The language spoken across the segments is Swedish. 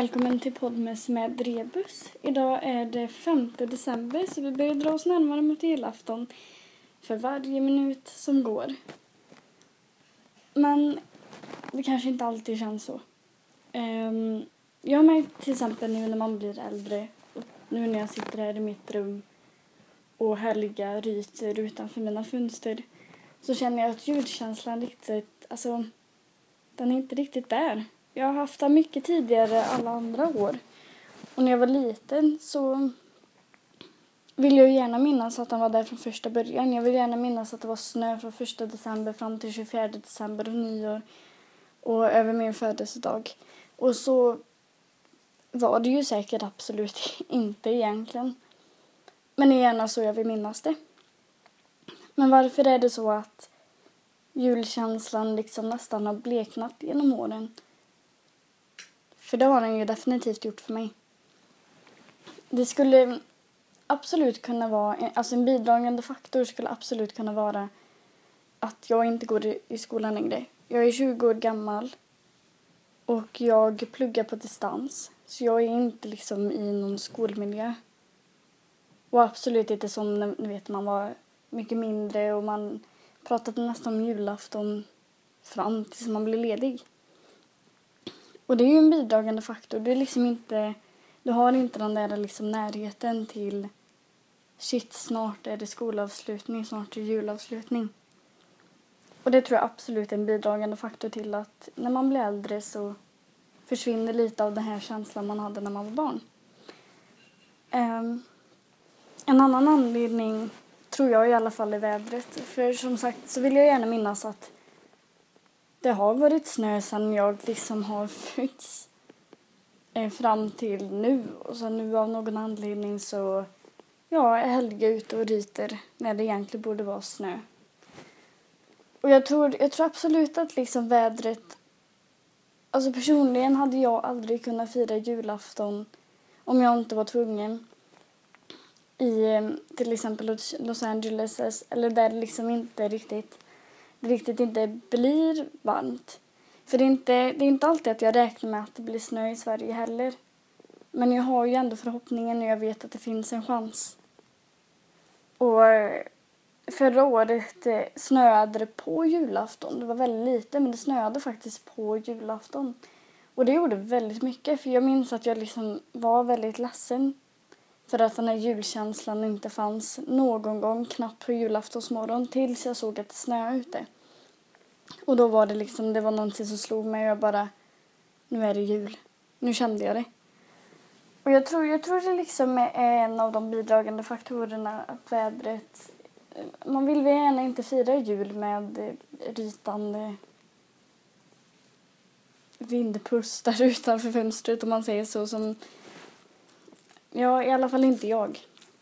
Välkommen till Podmes med Rebus. Idag är det 5 december så vi börjar dra oss närmare mot julafton för varje minut som går. Men det kanske inte alltid känns så. Jag har märkt till exempel nu när man blir äldre, och nu när jag sitter här i mitt rum och Helga ryter utanför mina fönster, så känner jag att julkänslan den är inte riktigt där. Jag har haft det mycket tidigare alla andra år. Och när jag var liten så vill jag gärna minnas att den var där från första början. Jag vill gärna minnas att det var snö från 1 december fram till 24 december och nyår. Och över min födelsedag. Och så var det ju säkert absolut inte egentligen. Men det är gärna så jag vill minnas det. Men varför är det så att julkänslan nästan har bleknat genom åren? För det har den ju definitivt gjort för mig. Det skulle absolut kunna vara, en bidragande faktor skulle absolut kunna vara att jag inte går i skolan längre. Jag är 20 år gammal och jag pluggar på distans. Så jag är inte i någon skolmiljö. Och absolut inte som man var mycket mindre och man pratade nästan om julafton fram tills man blev ledig. Och det är ju en bidragande faktor. Det är du har inte den där närheten till shit, snart är det skolavslutning, snart är det julavslutning. Och det tror jag absolut är en bidragande faktor till att när man blir äldre så försvinner lite av den här känslan man hade när man var barn. En annan anledning tror jag i alla fall är vädret. För som sagt så vill jag gärna minnas att det har varit snö sedan jag har fötts fram till nu. Och så nu av någon anledning så är Helga ute och ryter när det egentligen borde vara snö. Och jag tror absolut att vädret... Alltså personligen hade jag aldrig kunnat fira julafton om jag inte var tvungen i till exempel Los Angeles eller där det inte riktigt inte blir varmt. För det är inte alltid att jag räknar med att det blir snö i Sverige heller. Men jag har ju ändå förhoppningen när jag vet att det finns en chans. Och förra året snöade det på julafton. Det var väldigt lite men det snöade faktiskt på julafton. Och det gjorde väldigt mycket för jag minns att jag var väldigt ledsen. För att den här julkänslan inte fanns någon gång knappt på julaftonsmorgon tills jag såg att det snöade ute. Och då var det var någonting som slog mig och jag bara, nu är det jul. Nu kände jag det. Och jag tror det är en av de bidragande faktorerna att vädret, man vill gärna inte fira jul med rytande vindpustar utanför fönstret om man säger så som, i alla fall inte jag.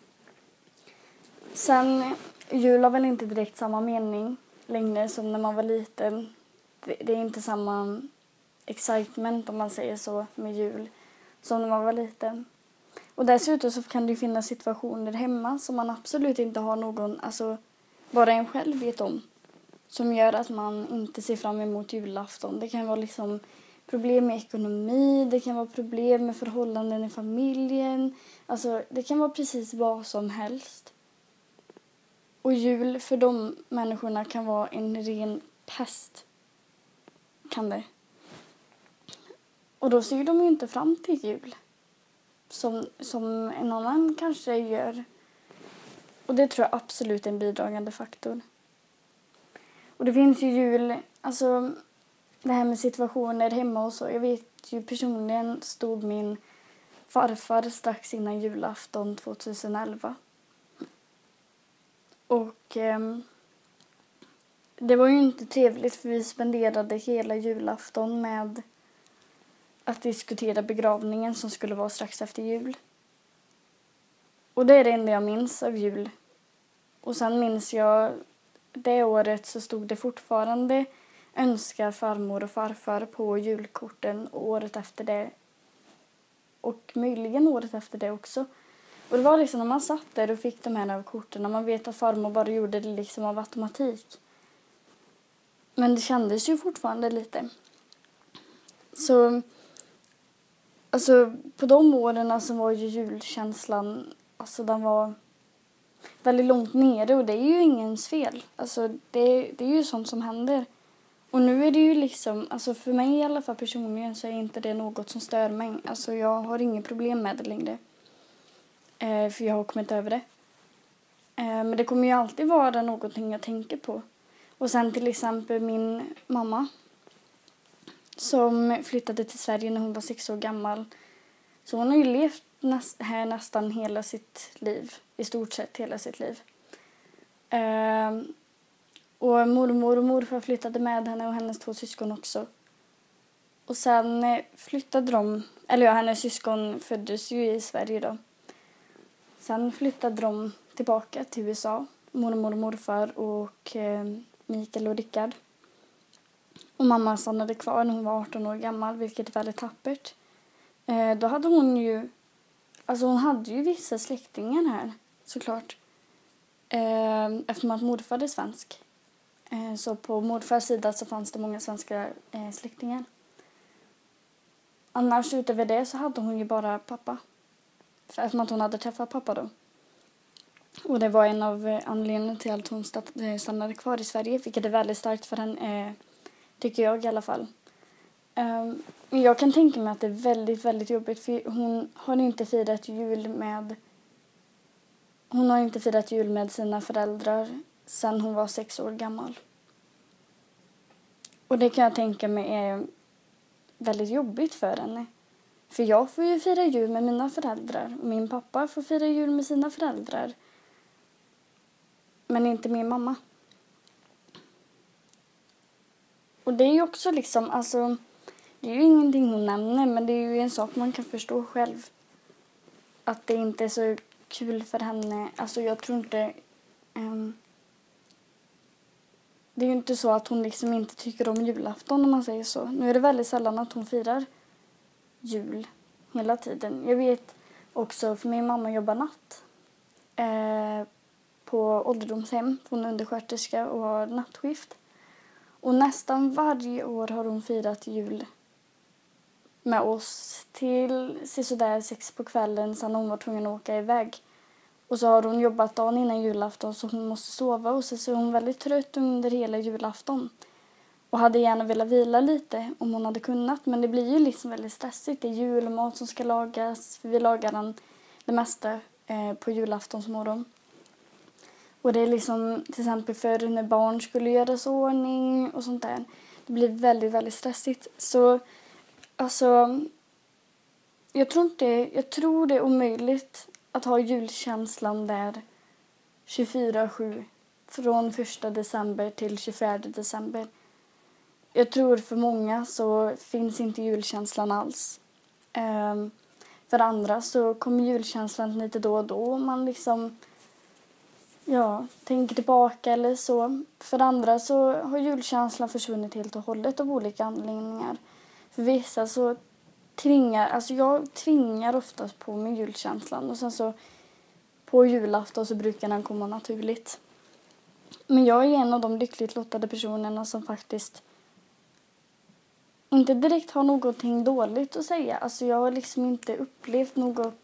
Sen, jul har väl inte direkt samma mening längre som när man var liten. Det är inte samma excitement om man säger så med jul som när man var liten. Och dessutom så kan det ju finnas situationer hemma som man absolut inte har någon, bara en själv vet om. Som gör att man inte ser fram emot julafton. Det kan vara problem med ekonomi, det kan vara problem med förhållanden i familjen. Det kan vara precis vad som helst. Och jul för de människorna kan vara en ren pest. Kan det. Och då ser de ju inte fram till jul. Som en annan kanske gör. Och det tror jag absolut är en bidragande faktor. Och det finns ju jul, det här med situationer hemma och så. Jag vet ju personligen stod min farfar strax innan julafton 2011. Och det var ju inte trevligt för vi spenderade hela julafton med att diskutera begravningen som skulle vara strax efter jul. Och det är det enda jag minns av jul. Och sen minns jag det året så stod det fortfarande önskar farmor och farfar på julkorten och året efter det. Och möjligen året efter det också. Och det var när man satt där och fick de här korten. Man vet att farmor bara gjorde det av automatik. Men det kändes ju fortfarande lite. Så alltså på de åren så var ju julkänslan, alltså den var väldigt långt nere och det är ju ingens fel. Alltså det är ju sånt som händer. Och nu är det ju liksom, alltså för mig i alla fall personligen så är inte det något som stör mig. Alltså jag har inget problem med det längre. För jag har kommit över det. Men det kommer ju alltid vara någonting jag tänker på. Och sen till exempel min mamma som flyttade till Sverige när hon var 6 år gammal. Så hon har ju levt här nästan hela sitt liv. I stort sett hela sitt liv. Och mormor och morfar flyttade med henne och hennes 2 syskon också. Och sen flyttade de, eller ja, hennes syskon föddes ju i Sverige då. Sen flyttade de tillbaka till USA. Mormor och morfar och Mikael och Rickard. Och mamma stannade kvar när hon var 18 år gammal, vilket är väldigt tappert. Då hade hon ju, alltså hon hade ju vissa släktingar här, såklart. Eftersom att morfar är svensk. Så på morfars sida så fanns det många svenska släktingar. Annars utöver det så hade hon ju bara pappa. Eftersom att hon hade träffat pappa då. Och det var en av anledningarna till att hon stannade kvar i Sverige. Vilket är väldigt starkt för henne, tycker jag i alla fall. Men jag kan tänka mig att det är väldigt, väldigt jobbigt. För hon har inte firat jul med sina föräldrar sedan hon var 6 år gammal. Och det kan jag tänka mig är väldigt jobbigt för henne. För jag får ju fira jul med mina föräldrar. Och min pappa får fira jul med sina föräldrar. Men inte min mamma. Och det är ju också liksom, alltså, det är ju ingenting hon nämner, men det är ju en sak man kan förstå själv. Att det inte är så kul för henne. Alltså jag tror inte, det är ju inte så att hon liksom inte tycker om julafton om man säger så. Nu är det väldigt sällan att hon firar jul hela tiden. Jag vet också, för min mamma jobbar natt på ålderdomshem. Hon är undersköterska och har nattskift. Och nästan varje år har hon firat jul med oss till sådär 6 på kvällen sen hon var tvungen att åka iväg. Och så har hon jobbat dagen innan julafton så hon måste sova och så är hon väldigt trött under hela julafton. Och hade gärna velat vila lite om hon hade kunnat, men det blir ju liksom väldigt stressigt. Det är julmat som ska lagas, för vi lagar det mesta på julaftonsmorgon. Och det är liksom till exempel för när barn skulle göras ordning och sånt där. Det blir väldigt, väldigt stressigt. Så alltså, jag tror det är omöjligt att ha julkänslan där 24/7 från 1 december till 24 december. Jag tror för många så finns inte julkänslan alls. För andra så kommer julkänslan lite då och då. Man liksom tänker tillbaka eller så. För andra så har julkänslan försvunnit helt och hållet av olika anledningar. För vissa så jag tvingar oftast på mig julkänslan. Och sen så på julafton så brukar den komma naturligt. Men jag är en av de lyckligt lottade personerna som faktiskt inte direkt har någonting dåligt att säga. Alltså jag har liksom inte upplevt något.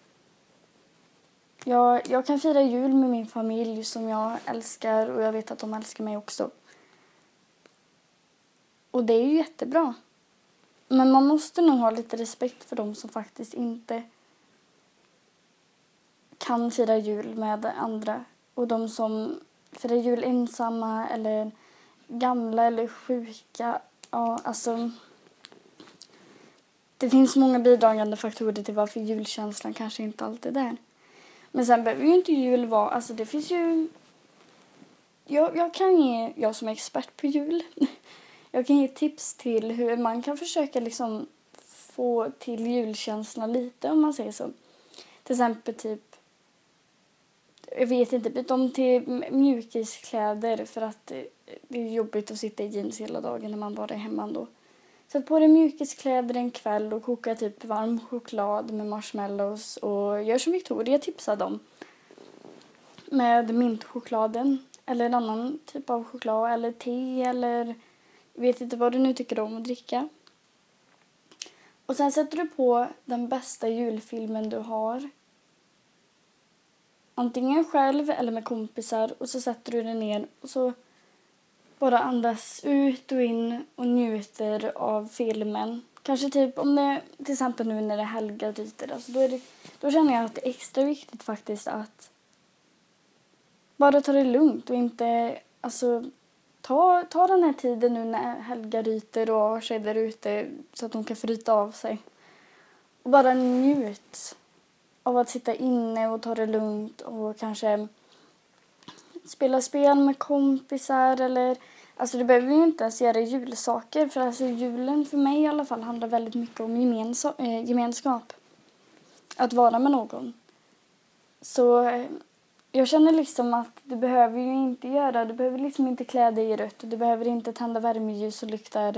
Jag kan fira jul med min familj som jag älskar och jag vet att de älskar mig också. Och det är ju jättebra. Men man måste nog ha lite respekt för dem som faktiskt inte kan fira jul med andra. Och de som firar jul ensamma eller gamla eller sjuka. Ja, alltså. Det finns många bidragande faktorer till varför julkänslan kanske inte alltid är där. Men sen behöver ju inte jul vara, alltså det finns ju. Jag som är expert på jul. Jag kan ge tips till hur man kan försöka liksom få till julkänslan lite om man säger så. Till exempel typ, jag vet inte, byt om till mjukiskläder för att det är jobbigt att sitta i jeans hela dagen när man bara är hemma då. Sätt på dig mjukiskläder en kväll och koka typ varm choklad med marshmallows och gör som Victoria tipsade om. Med mintchokladen eller en annan typ av choklad eller te eller vet inte vad du nu tycker om att dricka. Och sen sätter du på den bästa julfilmen du har. Antingen själv eller med kompisar. Och så sätter du dig ner och så bara andas ut och in och njuter av filmen. Kanske typ om det till exempel nu när det är helgrytor. Alltså då känner jag att det är extra viktigt faktiskt att bara ta det lugnt och inte alltså ta den här tiden nu när Helga ryter och har sig där ute så att de kan fryta av sig. Och bara njut av att sitta inne och ta det lugnt och kanske spela spel med kompisar eller alltså du behöver ju inte ens göra julsaker för alltså julen för mig i alla fall handlar väldigt mycket om gemenskap. Att vara med någon. Så jag känner liksom att du behöver liksom inte klä dig i rött och du behöver inte tända värmeljus och luktar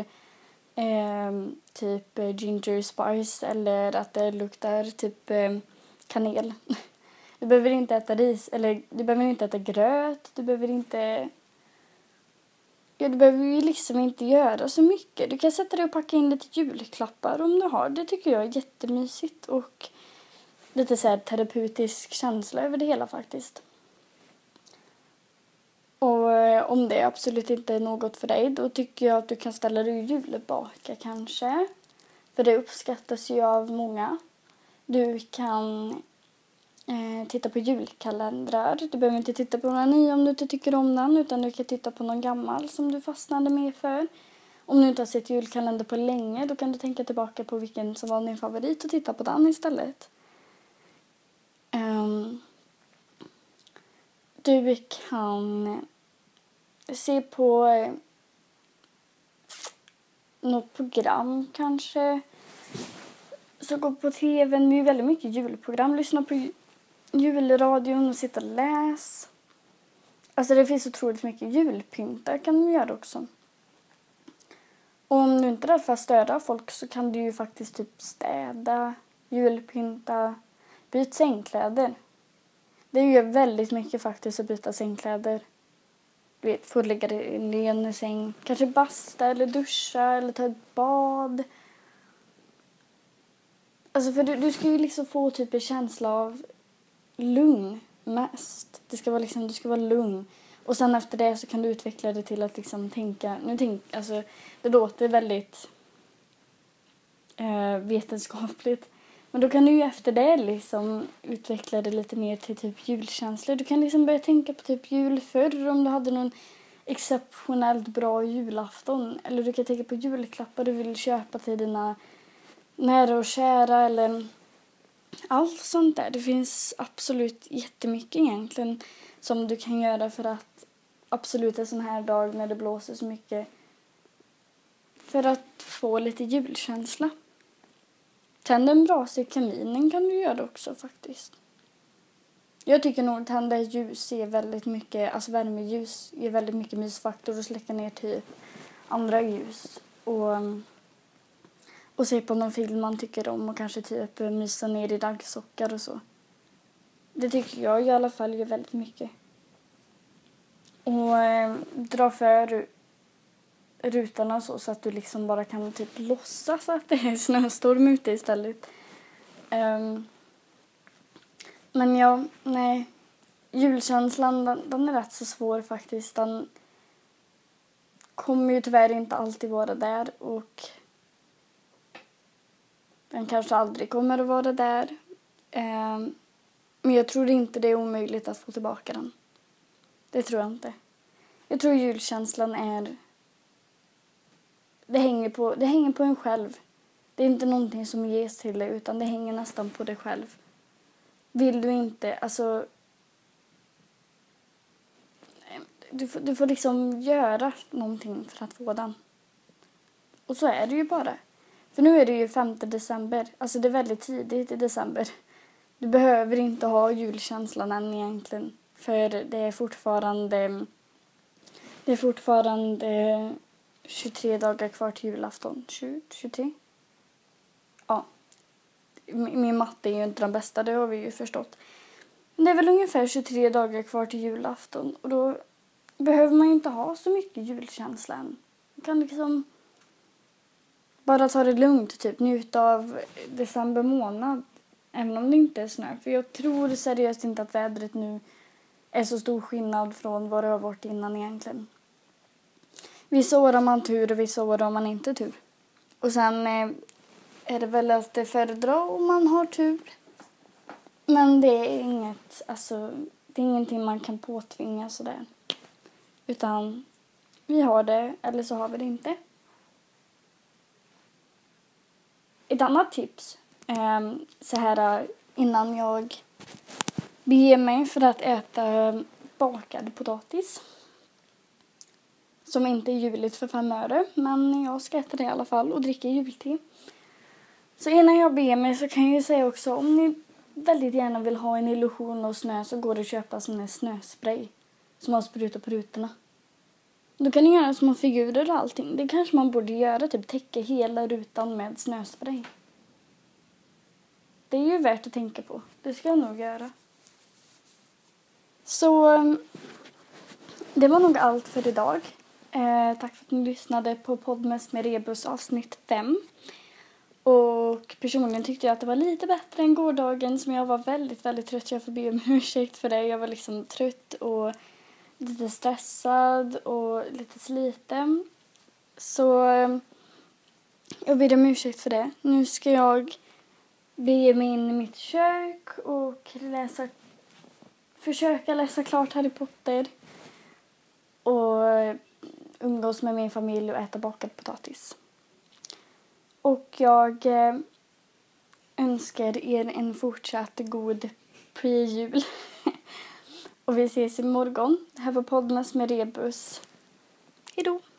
typ ginger spice eller att det luktar typ kanel. Du behöver inte äta ris eller du behöver inte äta gröt, du behöver ju liksom inte göra så mycket. Du kan sätta dig och packa in lite julklappar om du har. Det tycker jag är jättemysigt och lite så här terapeutisk känsla över det hela faktiskt. Och om det absolut inte är något för dig, då tycker jag att du kan ställa dig och julbaka kanske. För det uppskattas ju av många. Du kan titta på julkalendrar. Du behöver inte titta på någon ny om du inte tycker om den, utan du kan titta på någon gammal som du fastnade med för. Om du inte har sett julkalender på länge, då kan du tänka tillbaka på vilken som var din favorit och titta på den istället. Du kan se på något program kanske. Så gå på tv, det är väldigt mycket julprogram. Lyssna på julradion och sitta och läs. Alltså det finns otroligt mycket julpyntar kan du göra också. Och om du inte är där för att störa folk så kan du ju faktiskt typ städa, julpynta, byta sängkläder. Det gör väldigt mycket faktiskt att byta sängkläder. Du vet, få lägga dig i en säng. Kanske basta eller duscha eller ta ett bad. Alltså för du ska ju liksom få typ en känsla av lugn mest. Det ska vara liksom, du ska vara lugn. Och sen efter det så kan du utveckla det till att liksom tänka. Alltså det låter väldigt vetenskapligt. Men då kan du ju efter det liksom utveckla det lite mer till typ julkänslor. Du kan liksom börja tänka på typ jul förr om du hade någon exceptionellt bra julafton. Eller du kan tänka på julklappar du vill köpa till dina nära och kära eller allt sånt där. Det finns absolut jättemycket egentligen som du kan göra för att absolut en sån här dag när det blåser så mycket för att få lite julkänsla. Tänd en brasa i kaminen kan du göra också faktiskt. Jag tycker nog att tända ljus är väldigt mycket, alltså värmeljus är väldigt mycket mysfaktor och släcka ner typ andra ljus och se på någon film man tycker om och kanske typ mysa ner i daggsockar och så. Det tycker jag i alla fall gör väldigt mycket. Och dra för rutorna så att du liksom bara kan typ låtsas att det är snöstorm ute istället. Men ja, nej. Julkänslan, den är rätt så svår faktiskt. Den kommer ju tyvärr inte alltid vara där och den kanske aldrig kommer att vara där. Men jag tror inte det är omöjligt att få tillbaka den. Det tror jag inte. Jag tror julkänslan är... Det hänger på en själv. Det är inte någonting som ges till dig utan det hänger nästan på dig själv. Vill du inte, alltså... Du får liksom göra någonting för att få den. Och så är det ju bara. För nu är det ju 5 december. Alltså det är väldigt tidigt i december. Du behöver inte ha julkänslan än egentligen. För det är fortfarande 23 dagar kvar till julafton. 23? Ja. Min matte är ju inte den bästa, det har vi ju förstått. Men det är väl ungefär 23 dagar kvar till julafton. Och då behöver man ju inte ha så mycket julkänsla än. Man kan liksom bara ta det lugnt, typ njuta av december månad. Även om det inte är snö. För jag tror seriöst inte att vädret nu är så stor skillnad från vad det har varit innan egentligen. Vissa år har man tur och vissa år har man inte tur. Och sen är det väl att det föredra om man har tur. Men det är inget, alltså det är ingenting man kan påtvinga sådär. Utan vi har det eller så har vi det inte. Ett annat tips så här innan jag beger mig för att äta bakad potatis. Som inte är juligt för 5 öre, men jag ska äta det i alla fall och dricka julte. Så innan jag beger mig så kan jag ju säga också, om ni väldigt gärna vill ha en illusion av snö så går det att köpa sån här snöspray som man sprutar på rutorna. Då kan ni göra små figurer och allting. Det kanske man borde göra, typ täcka hela rutan med snöspray. Det är ju värt att tänka på. Det ska jag nog göra. Så det var nog allt för idag. Tack för att ni lyssnade på Podmest med Rebus avsnitt 5. Och personligen tyckte jag att det var lite bättre än gårdagen som jag var väldigt, väldigt trött. Jag får be om ursäkt för det. Jag var liksom trött och lite stressad och lite sliten. Så jag ber om ursäkt för det. Nu ska jag bege mig in i mitt kök och försöka läsa klart Harry Potter. Och umgås med min familj och äta bakad potatis. Och jag önskar er en fortsatt god pre-jul. Och vi ses imorgon. Det här var Podmest med Rebus. Hejdå!